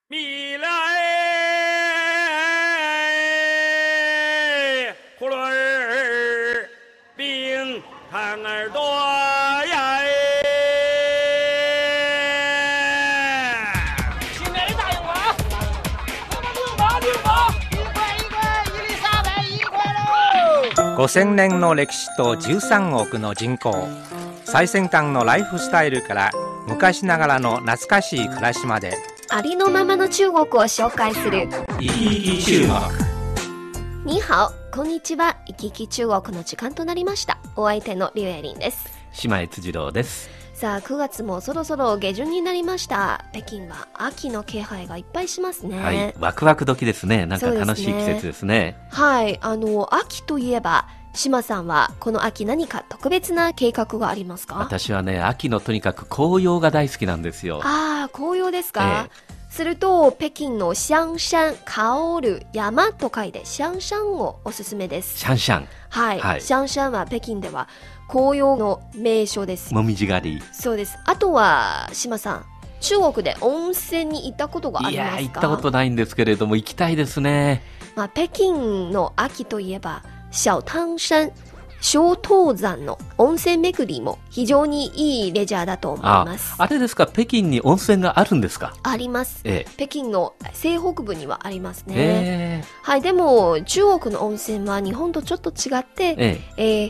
米来葫芦儿冰糖儿多呀新来的答应我啊！ 5000年の歴史と13億の人口、最先端のライフスタイルから昔ながらの懐かしい暮らしまで、 ありのままの中国を紹介する生き生き中国。 にはお、こんにちは。生き生き中国の時間となりました。お相手のリュウエリンです。 姉妹辻郎です。 さあ、9月もそろそろ下旬になりました。北京は秋の気配がいっぱいしますね。 はい、ワクワク時ですね。なんか楽しい季節ですね。 はい、秋といえば島さんはこの秋何か特別な計画がありますか？ 私はね、秋のとにかく紅葉が大好きなんですよ。 ああ、紅葉ですか？すると北京のシャンシャン、香る山と書いてシャンシャンをおすすめです。 シャンシャン、 はい、シャンシャンは北京では紅葉の名所です。 もみじ狩り。 そうです。あとは島さん、中国で温泉に行ったことがありますか？ いや、行ったことないんですけれども行きたいですね。 北京の秋といえば小湯山、小湯山の温泉巡りも非常にいいレジャーだと思います。 あれですか、北京に温泉があるんですか？ あります、北京の西北部にはありますね。はい、でも中国の温泉は日本とちょっと違って、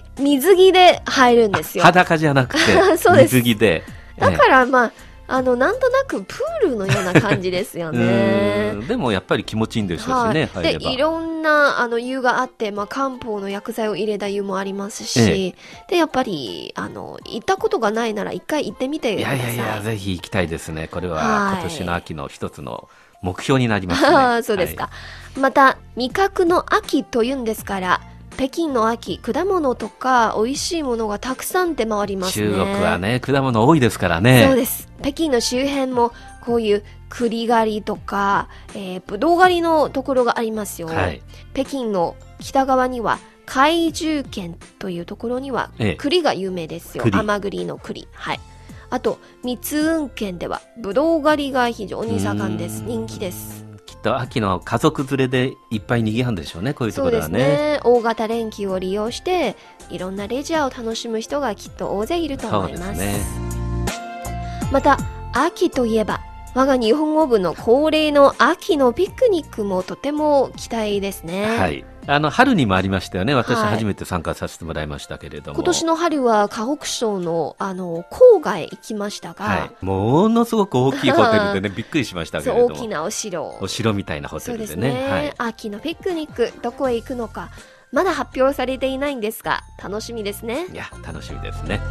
水着で入るんですよ。 裸じゃなくてそうです。 水着で、 だからなんとなくプールのような感じですよね。 でもやっぱり気持ちいいんでしょうしね、入れば。 で、いろんな湯があって、漢方の薬剤を入れた湯もありますし、で、やっぱり行ったことがないなら一回行ってみてください。 いや、ぜひ行きたいですね。これは今年の秋の一つの目標になりますね。 そうですか。また味覚の秋というんですから、北京の秋、果物とか美味しいものがたくさん出回りますね。 中国はね、果物多いですからね。 そうです。北京の周辺もこういう栗狩りとか、ぶどう狩りのところがありますよ。北京の北側には海中県というところには栗が有名ですよ。甘栗の栗。はい。あと密雲県ではぶどう狩りが非常に盛んです。人気です。 秋の家族連れでいっぱい賑わうんでしょうね、こういうところはね。 そうですね。大型連休を利用していろんなレジャーを楽しむ人がきっと大勢いると思います。 そうですね。 また秋といえば我が日本語部の恒例の秋のピクニックもとても期待ですね。 はい。春にもありましたよね。私初めて参加させてもらいましたけれども、 今年の春は河北省の郊外行きましたが、 ものすごく大きいホテルでねびっくりしましたけれども、 大きなお城みたいなホテルでね。 そうですね。秋のピクニックどこへ行くのかまだ発表されていないんですが楽しみですね。 いや、楽しみですね。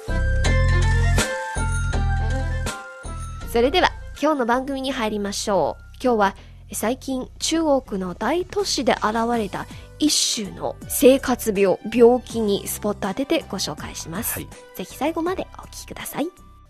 それでは今日の番組に入りましょう。今日は最近中国の大都市で現れた一種の生活病気にスポット当ててご紹介します。ぜひ最後までお聞きください。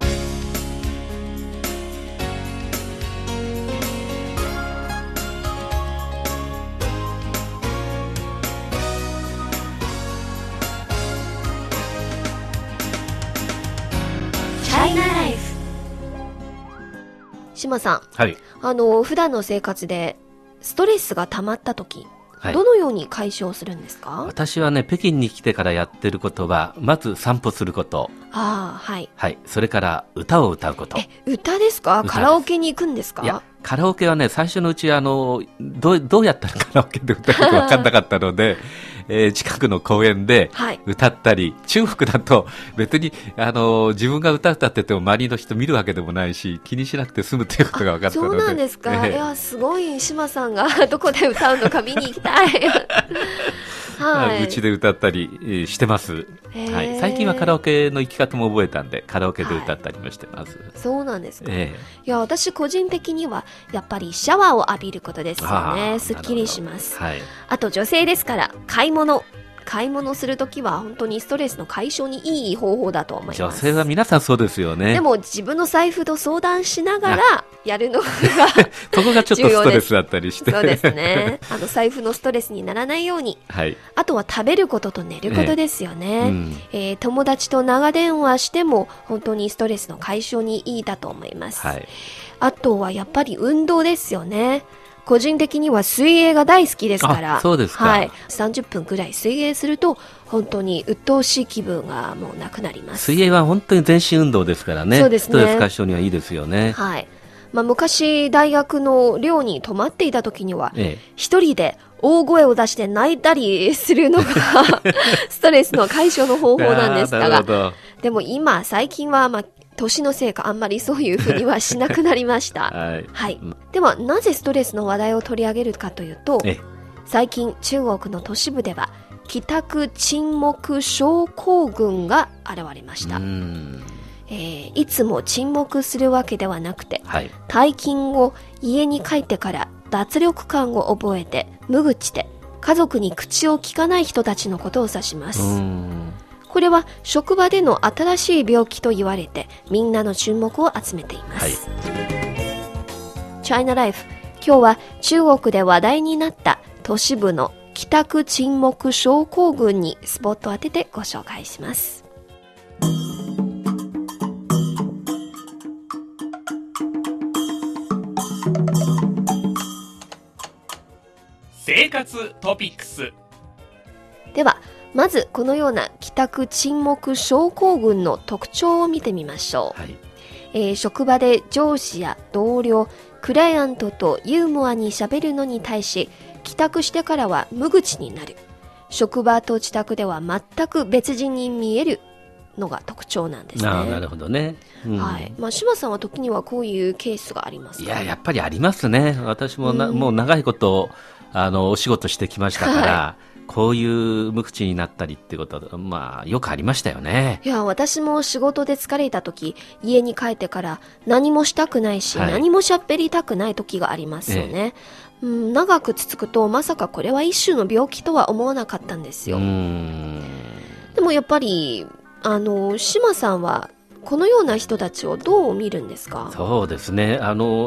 チャイナライフ。島さん、普段の生活でストレスが溜まった時、どのように解消するんですか？ 私はね、北京に来てからやってることはまず散歩すること。それから歌を歌うこと。 歌ですか？カラオケに行くんですか？ いや、カラオケはね、最初のうちどうやったらカラオケで歌うか分かんなかったので近くの公園で歌ったり、中国だと別に自分が歌ってても周りの人見るわけでもないし気にしなくて済むということが分かったので。 そうなんですか？いや、すごい。島さんがどこで歌うのか見に行きたい。 うちで歌ったりしてます。最近はカラオケの行き方も覚えたんでカラオケで歌ったりもしてます。 そうなんですか？いや、私個人的にはやっぱりシャワーを浴びることですよね。すっきりします。あと女性ですから買い物するときは本当にストレスの解消にいい方法だと思います。 女性は皆さんそうですよね。 でも自分の財布と相談しながらやるのがそこがちょっとストレスだったりして。 そうですね。財布のストレスにならないように、あとは食べることと寝ることですよね。友達と長電話しても本当にストレスの解消にいいだと思います。 あとはやっぱり運動ですよね。個人的には水泳が大好きですから。 そうですか。 はい。30分くらい水泳すると、本当に鬱陶しい気分がもうなくなります。 水泳は本当に全身運動ですからね。 そうですね。 ストレス解消にはいいですよね。 はい。昔、大学の寮に泊まっていた時には、一人で大声を出して泣いたりするのがストレスの解消の方法なんですが、でも今、最近は、年のせいかあんまりそういうふうにはしなくなりました。はい。では、なぜストレスの話題を取り上げるかというと、最近、中国の都市部では、帰宅沈黙症候群が現れました。いつも沈黙するわけではなくて、退勤後家に帰ってから脱力感を覚えて無口で家族に口を聞かない人たちのことを指します。これは職場での新しい病気と言われてみんなの注目を集めています。チャイナライフ、今日は中国で話題になった都市部の帰宅沈黙症候群にスポットを当ててご紹介します。 生活トピックス。 ではまずこのような帰宅沈黙症候群の特徴を見てみましょう。職場で上司や同僚、クライアントとユーモアに喋るのに対し、帰宅してからは無口になる。職場と自宅では全く別人に見えるのが特徴なんですね。 なるほどね。 はい。島さんは時にはこういうケースがありますか？ やっぱりありますね。私ももう長いことお仕事してきましたから、こういう無口になったりっていうことは、よくありましたよね。 いや、私も仕事で疲れた時、家に帰ってから何もしたくないし、何も喋りたくない時がありますよね。長く続くと、まさかこれは一種の病気とは思わなかったんですよ。でもやっぱり、島さんは、このような人たちをどう見るんですか？ そうですね。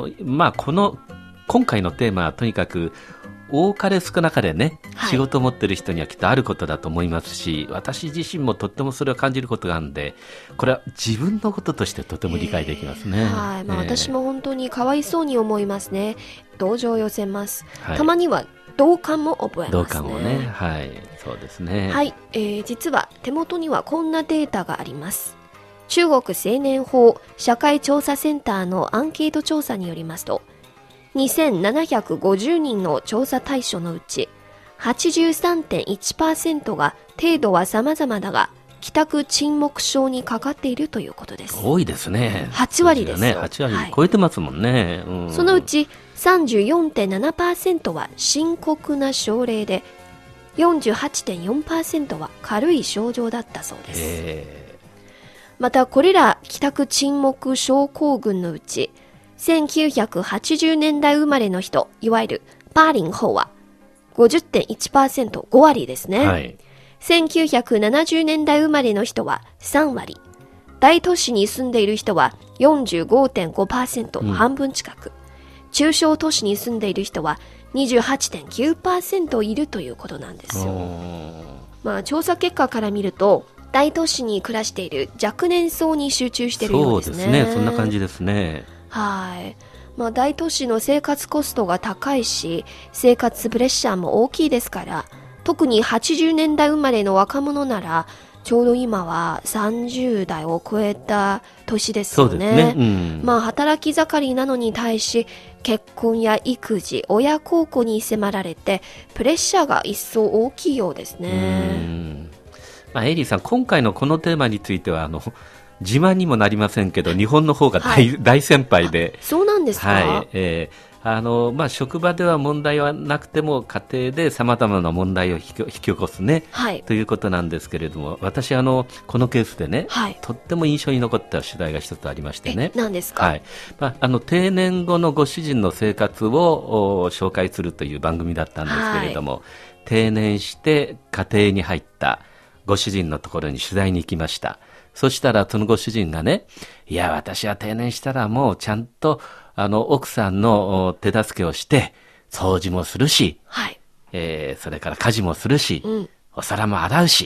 今回のテーマはとにかく、多かれ少なかれね、仕事を持ってる人にはきっとあることだと思いますし、私自身もとってもそれを感じることがあるんで、これは自分のこととしてとても理解できますね。 私も本当にかわいそうに思いますね。同情を寄せます。たまには同感も覚えますね。 同感もね。そうですね。 実は手元にはこんなデータがあります。中国青年法社会調査センターのアンケート調査によりますと、2750人の調査対象のうち 83.1% が程度は様々だが帰宅沈黙症にかかっているということです。 多いですね。 8割ですよ。 8割超えてますもんね。 そのうち 34.7% は深刻な症例で 48.4% は軽い症状だったそうです。またこれら帰宅沈黙症候群のうち1980年代生まれの人、いわゆる80後は 50.1%、5割ですね。1970年代生まれの人は3割。大都市に住んでいる人は 45.5%、半分近く。中小都市に住んでいる人は 28.9% いるということなんですよ。調査結果から見ると、大都市に暮らしている若年層に集中しているようですね。 そうですね。そんな感じですね。 大都市の生活コストが高いし、生活プレッシャーも大きいですから、特に80年代生まれの若者なら、ちょうど今は30代を超えた年ですよね。そうですね。働き盛りなのに対し、結婚や育児、親孝行に迫られて、プレッシャーが一層大きいようですね。 エイリーさん、今回のこのテーマについては、自慢にもなりませんけど、日本の方が大先輩で。 そうなんですか？ 職場では問題はなくても、家庭で様々な問題を引き起こすね、ということなんですけれども、私、このケースでね、とっても印象に残った取材が一つありましてね。 何ですか？ 定年後のご主人の生活を紹介するという番組だったんですけれども、定年して家庭に入ったご主人のところに取材に行きました。そしたらそのご主人がね、いや私は定年したらもうちゃんと奥さんの手助けをして掃除もするし、それから家事もするし、お皿も洗うし、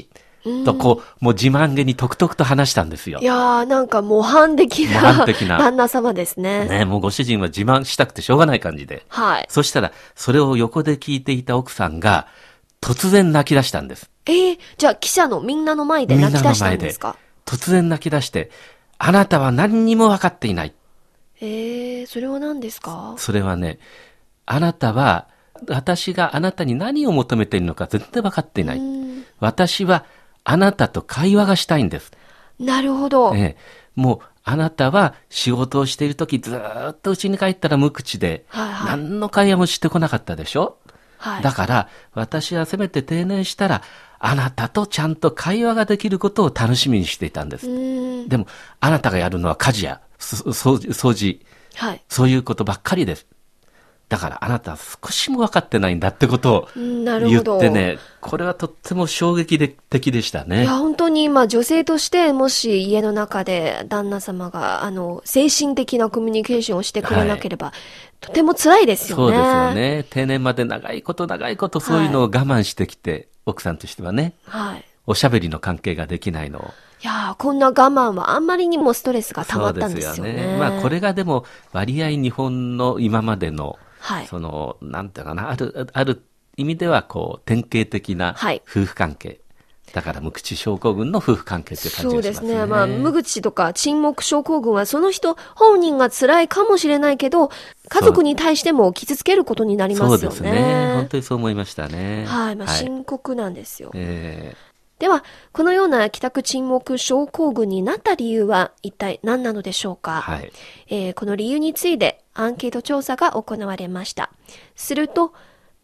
とこう、もう自慢げにとくとくと話したんですよ。 いやー、なんか模範的な旦那様ですね。 ね、もうご主人は自慢したくてしょうがない感じで。 はい。 そしたら、それを横で聞いていた奥さんが、突然泣き出したんです。 じゃあ記者のみんなの前で泣き出したんですか？ 突然泣き出して、あなたは何にも分かっていない。 それは何ですか？ それはね、あなたは、私があなたに何を求めているのか全然分かっていない。私はあなたと会話がしたいんです。 なるほど。 もうあなたは仕事をしているときずーっと家に帰ったら無口で、何の会話もしてこなかったでしょ？だから私はせめて定年したらあなたとちゃんと会話ができることを楽しみにしていたんです。でもあなたがやるのは家事や掃除、そういうことばっかりです。だからあなたは少しも分かってないんだってことを言ってね、これはとっても衝撃的でしたね。 いや本当に今女性としてもし家の中で旦那様が精神的なコミュニケーションをしてくれなければ、とても辛いですよね。 そうですよね。定年まで長いことそういうのを我慢してきて、奥さんとしてはね、おしゃべりの関係ができないのを。 いやこんな我慢はあんまりにもストレスが溜まったんですよね。 そうですよね。まあこれがでも割合日本の今までのそのなんていうかな、ある意味ではこう典型的な夫婦関係、だから無口症候群の夫婦関係っていう感じがしますね。そうですね。 まあ無口とか沈黙症候群はその人本人が辛いかもしれないけど、家族に対しても傷つけることになりますよね。 そうですね。本当にそう思いましたね。 深刻なんですよ。ではこのような帰宅沈黙症候群になった理由は一体何なのでしょうか？この理由についてアンケート調査が行われました。すると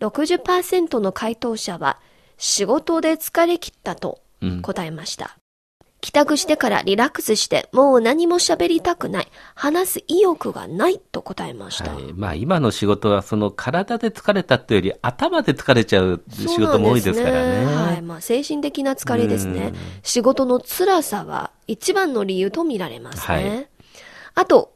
60% の回答者は仕事で疲れ切ったと答えました。帰宅してからリラックスしてもう何も喋りたくない、話す意欲がないと答えました。 まあ今の仕事はその体で疲れたというより頭で疲れちゃう仕事も多いですからね。 まあ精神的な疲れですね。仕事の辛さは一番の理由と見られますね。あと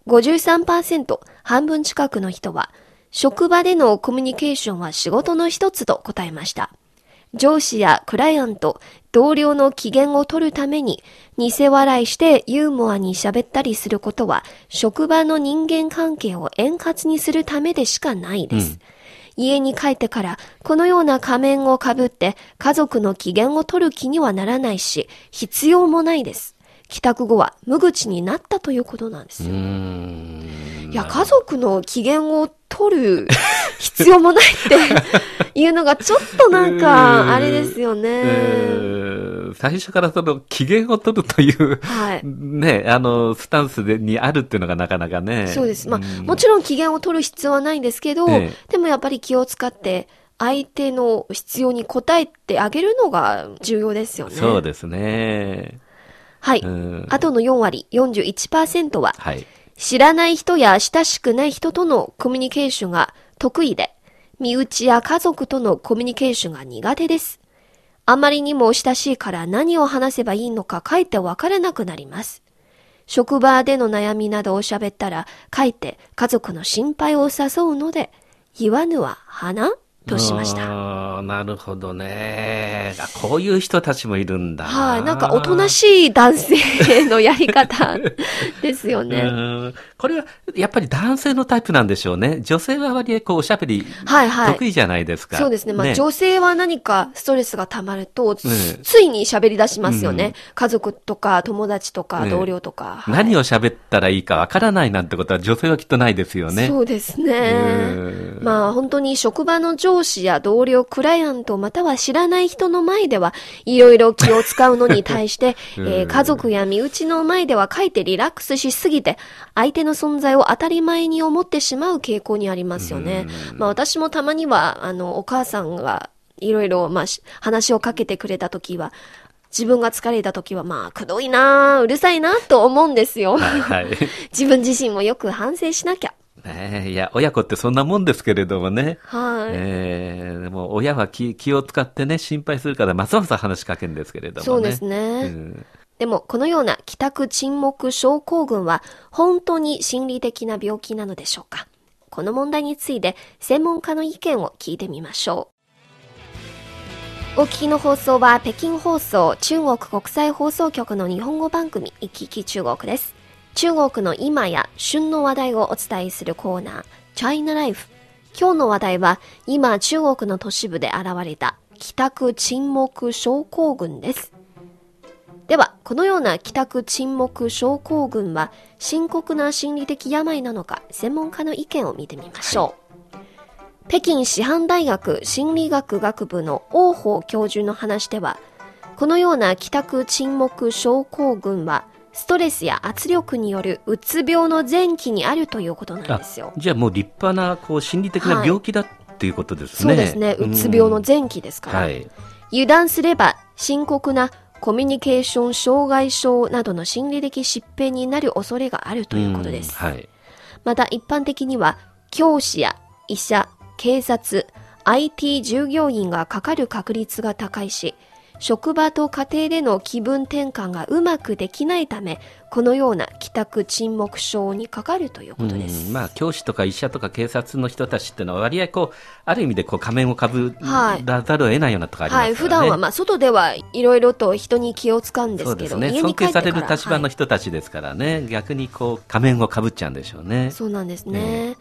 53%、半分近くの人は職場でのコミュニケーションは仕事の一つと答えました。上司やクライアント、同僚の機嫌を取るために偽笑いしてユーモアに喋ったりすることは職場の人間関係を円滑にするためでしかないです。家に帰ってからこのような仮面をかぶって家族の機嫌を取る気にはならないし、必要もないです。帰宅後は無口になったということなんですよ。いや、家族の機嫌を取る必要もないっていうのがちょっとなんかあれですよね。 最初からその機嫌を取るという、ね、スタンスにあるっていうのがなかなかね。 そうです。まあ、もちろん機嫌を取る必要はないんですけど、でもやっぱり気を使って相手の必要に応えてあげるのが重要ですよね。 そうですね。 あとの4割、41% は、知らない人や親しくない人とのコミュニケーションが得意で、身内や家族とのコミュニケーションが苦手です。あまりにも親しいから何を話せばいいのかかえってわからなくなります。職場での悩みなどを喋ったら、かえって家族の心配を誘うので、言わぬは花としました。 なるほどね。こういう人たちもいるんだ。 なんかおとなしい男性のやり方ですよね。 これはやっぱり男性のタイプなんでしょうね。女性は割合こうおしゃべり得意じゃないですか。 そうですね。まあ女性は何かストレスが溜まると、ついに喋り出しますよね。家族とか友達とか同僚とか。 何を喋ったらいいかわからないなんてことは女性はきっとないですよね。 そうですね。まあ本当に職場の上司や同僚、クライアントまたは知らない人の前ではいろいろ気を使うのに対して、家族や身内の前ではかえってリラックスしすぎて相手の存在を当たり前に思ってしまう傾向にありますよね。まあ私もたまにはお母さんがいろいろ話をかけてくれたときは自分が疲れたときはくどいな、うるさいなと思うんですよ。自分自身もよく反省しなきゃ。 いや、親子ってそんなもんですけれどもね。でも親は気を使ってね、心配するからますます話しかけるんですけれどもね。 そうですね。でも、このような帰宅沈黙症候群は本当に心理的な病気なのでしょうか？この問題について専門家の意見を聞いてみましょう。 お聞きの放送は北京放送中国国際放送局の日本語番組行き来中国です。中国の今や旬の話題をお伝えするコーナーチャイナライフ。今日の話題は今中国の都市部で現れた帰宅沈黙症候群です。ではこのような帰宅沈黙症候群は深刻な心理的病なのか、専門家の意見を見てみましょう。北京師範大学心理学学部の王鵬教授の話では、このような帰宅沈黙症候群はストレスや圧力によるうつ病の前期にあるということなんですよ。 じゃあもう立派な心理的な病気だっていうことですね。 そうですね、うつ病の前期ですから、油断すれば深刻なコミュニケーション障害症などの心理的疾病になる恐れがあるということです。また一般的には教師や医者、警察、IT 従業員がかかる確率が高いし、職場と家庭での気分転換がうまくできないため、このような帰宅沈黙症にかかるということです。 教師とか医者とか警察の人たちっていうのは割合ある意味で仮面をかぶらざるを得ないようなところありますからね。 普段は外ではいろいろと人に気を使うんですけど、家に帰ってから尊敬される立場の人たちですからね、逆に仮面をかぶっちゃうんでしょうね。 そうなんですね。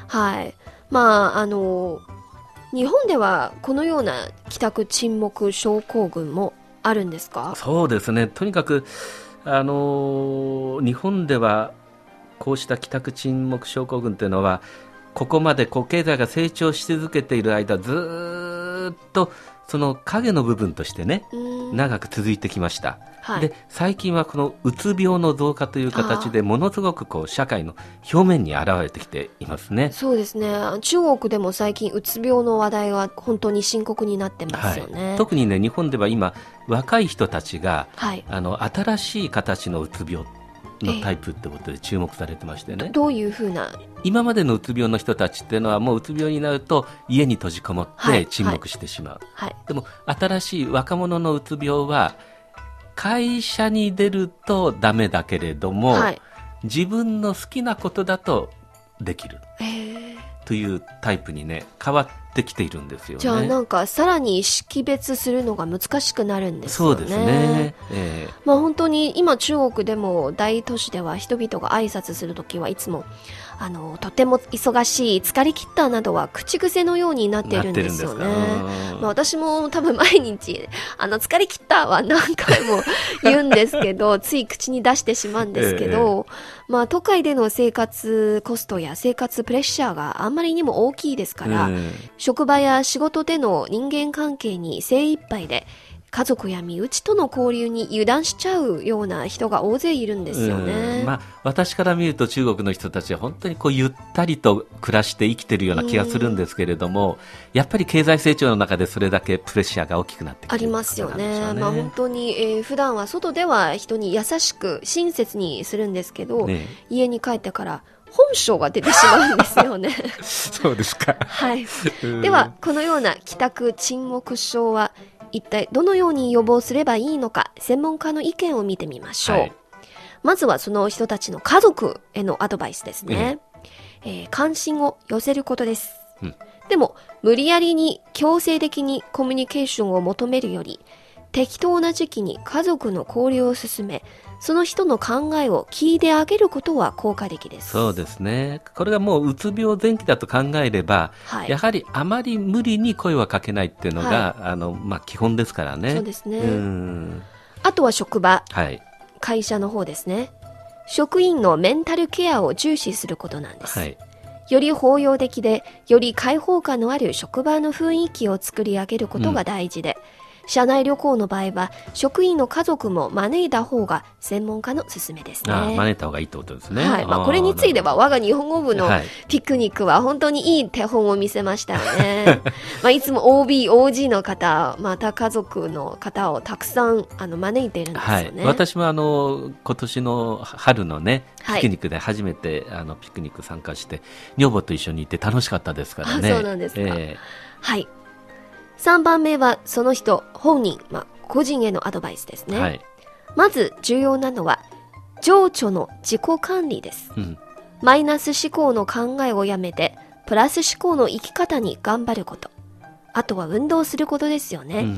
日本ではこのような帰宅沈黙症候群もあるんですか？ そうですね、とにかく日本ではこうした帰宅沈黙症候群というのはここまで経済が成長し続けている間ずっとその影の部分としてね長く続いてきました。で最近はこのうつ病の増加という形でものすごく社会の表面に現れてきていますね。 そうですね、中国でも最近うつ病の話題が本当に深刻になってますよね。 特にね、日本では今若い人たちが、新しい形のうつ病のタイプってことで注目されてましてね。 どういうふうな？ 今までのうつ病の人たちっていうのはもううつ病になると家に閉じこもって沈黙してしまう、でも新しい若者のうつ病は会社に出るとダメだけれども、自分の好きなことだとできるというタイプにね変わってきているんですよね。 じゃあなんかさらに識別するのが難しくなるんですよね。 そうですね、 本当に今中国でも大都市では人々が挨拶するときはいつもとても忙しい、疲れ切ったなどは口癖のようになっているんですよね。私も多分毎日疲れ切ったは何回も言うんですけどつい口に出してしまうんですけど、都会での生活コストや生活プレッシャーがあんまりにも大きいですから、職場や仕事での人間関係に精一杯で家族や身内との交流に油断しちゃうような人が大勢いるんですよね。 私から見ると中国の人たちは本当にゆったりと暮らして生きてるような気がするんですけれども、やっぱり経済成長の中でそれだけプレッシャーが大きくなってきている、 ありますよね。本当に、普段は外では人に優しく親切にするんですけど、家に帰ってから本性が出てしまうんですよね。 そうですか。 ではこのような帰宅沈黙症は一体どのように予防すればいいのか、専門家の意見を見てみましょう。まずはその人たちの家族へのアドバイスですね。関心を寄せることです。でも無理やりに強制的にコミュニケーションを求めるより、適当な時期に家族の交流を進め、その人の考えを聞いてあげることは効果的です。 そうですね。これがもううつ病前期だと考えれば、やはりあまり無理に声はかけないっていうのが、基本ですからね。 そうですね。あとは職場、会社の方ですね。職員のメンタルケアを重視することなんです。より包容的で、より開放感のある職場の雰囲気を作り上げることが大事で、社内旅行の場合は職員の家族も招いた方が専門家の勧めですね。 招いた方がいいってことですね。 これについては我が日本語部のピクニックは本当にいい手本を見せましたよね。いつも OB、OG の方、また家族の方をたくさん招いているんですよね。 私も今年の春のねピクニックで初めてピクニック参加して女房と一緒に行って楽しかったですからね。 そうなんですか。3番目はその人本人、個人へのアドバイスですね。まず重要なのは情緒の自己管理です。マイナス思考の考えをやめてプラス思考の生き方に頑張ること。あとは運動することですよね。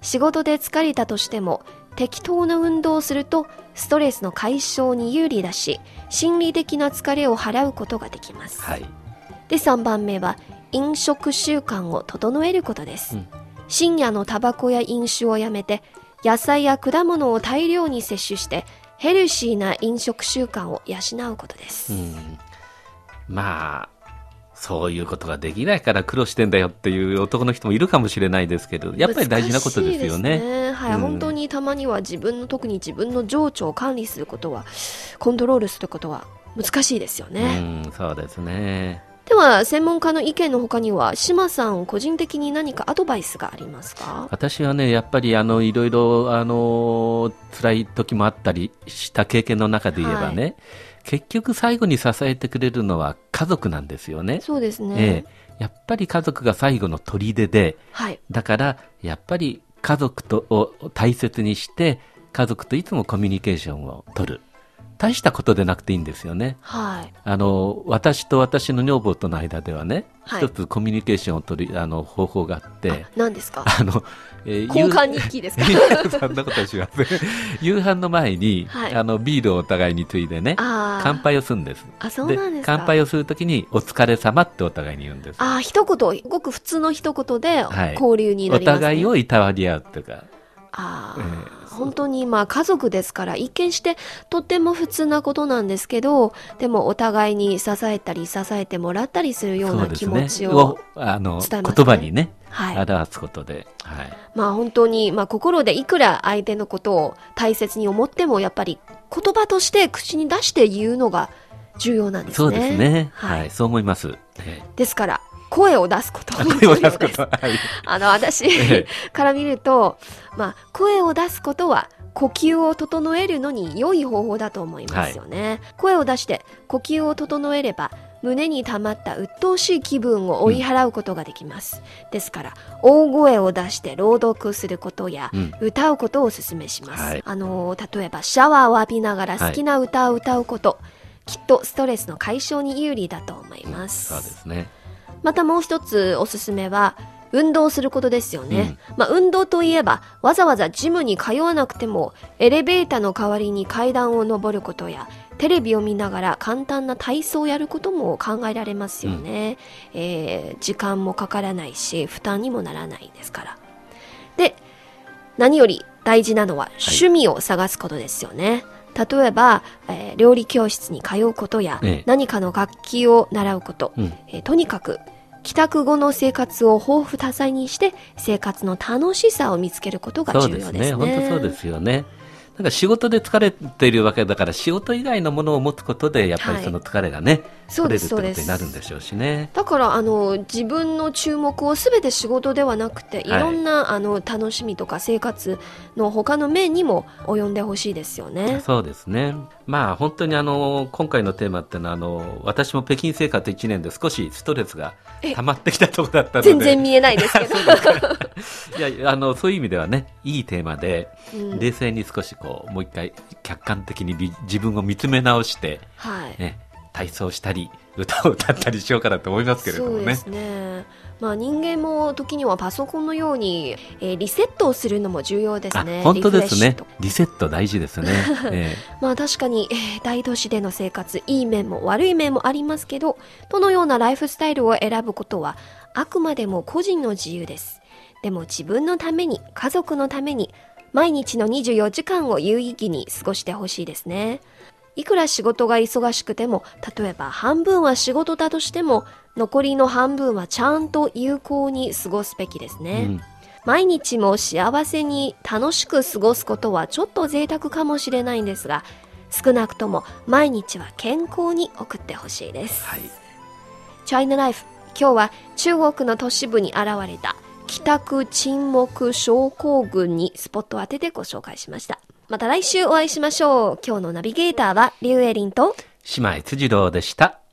仕事で疲れたとしても適当な運動をするとストレスの解消に有利だし、心理的な疲れを払うことができます。 はい。 で、3番目は飲食習慣を整えることです。深夜のタバコや飲酒をやめて、野菜や果物を大量に摂取してヘルシーな飲食習慣を養うことです。 まあそういうことができないから苦労してんだよっていう男の人もいるかもしれないですけど、やっぱり大事なことですよね。 難しいですね。はい、本当にたまには特に自分の情緒を管理することは、コントロールすることは難しいですよね。 そうですね。 では専門家の意見の他には島さん個人的に何かアドバイスがありますか？ 私はね、やっぱりいろいろ辛い時もあったりした経験の中で言えばね、結局最後に支えてくれるのは家族なんですよね。 そうですね。 やっぱり家族が最後の砦で、だからやっぱり家族を大切にして家族といつもコミュニケーションを取る。大したことでなくていいんですよね。私と私の女房との間ではね、一つコミュニケーションを取る方法があって。 何ですか？交換日記ですか？ そんなことはしません。夕飯の前に、ビールをお互いについでね、乾杯をするんです。 そうなんですか。 乾杯をするときにお疲れ様ってお互いに言うんです。 一言、ごく普通の一言で交流になりますね。 お互いをいたわり合うっていうか。 本当に家族ですから一見してとっても普通なことなんですけど、でもお互いに支えたり支えてもらったりするような気持ちを伝えますね。 言葉にね、表すことで、 本当に、心でいくら相手のことを大切に思ってもやっぱり言葉として口に出して言うのが重要なんですね。 そうですね。そう思います。 ですから声を出すことも重要です。私から見ると、声を出すことは呼吸を整えるのに良い方法だと思いますよね。声を出して呼吸を整えれば胸に溜まった鬱陶しい気分を追い払うことができます。ですから大声を出して朗読することや、歌うことをお勧めします。例えばシャワーを浴びながら好きな歌を歌うこと、きっとストレスの解消に有利だと思います。 そうですね。 またもう一つおすすめは運動することですよね。運動といえばわざわざジムに通わなくてもエレベーターの代わりに階段を上ることやテレビを見ながら簡単な体操をやることも考えられますよね。時間もかからないし負担にもならないですから。で、何より大事なのは趣味を探すことですよね。例えば、料理教室に通うことや、何かの楽器を習うこと、とにかく帰宅後の生活を豊富多彩にして生活の楽しさを見つけることが重要ですね。 本当そうですよね。なんか仕事で疲れているわけだから仕事以外のものを持つことでやっぱりその疲れがね、取れるってことになるんでしょうしね。 だから自分の注目を全て仕事ではなくて、いろんな楽しみとか生活の他の面にも及んでほしいですよね。 そうですね。本当に今回のテーマってのは私も北京生活1年で少しストレスが溜まってきたところだったので全然見えないですけどいやそういう意味ではね、いいテーマで、冷静に少しもう一回客観的に自分を見つめ直して、体操したり歌を歌ったりしようかなと思いますけれどもね。 そうですね。人間も時にはパソコンのように、リセットをするのも重要ですね。 本当ですね。リセット大事ですね。 確かに、大都市での生活、いい面も悪い面もありますけど、どのようなライフスタイルを選ぶことはあくまでも個人の自由です。でも自分のために、家族のために毎日の24時間を有意義に過ごしてほしいですね。いくら仕事が忙しくても、例えば半分は仕事だとしても、残りの半分はちゃんと有効に過ごすべきですね。毎日も幸せに楽しく過ごすことはちょっと贅沢かもしれないんですが、少なくとも毎日は健康に送ってほしいです。チャイナライフ、今日は中国の都市部に現れた帰宅沈黙症候群にスポットを当ててご紹介しました。また来週お会いしましょう。今日のナビゲーターはリュウエリンと姉妹辻郎でした。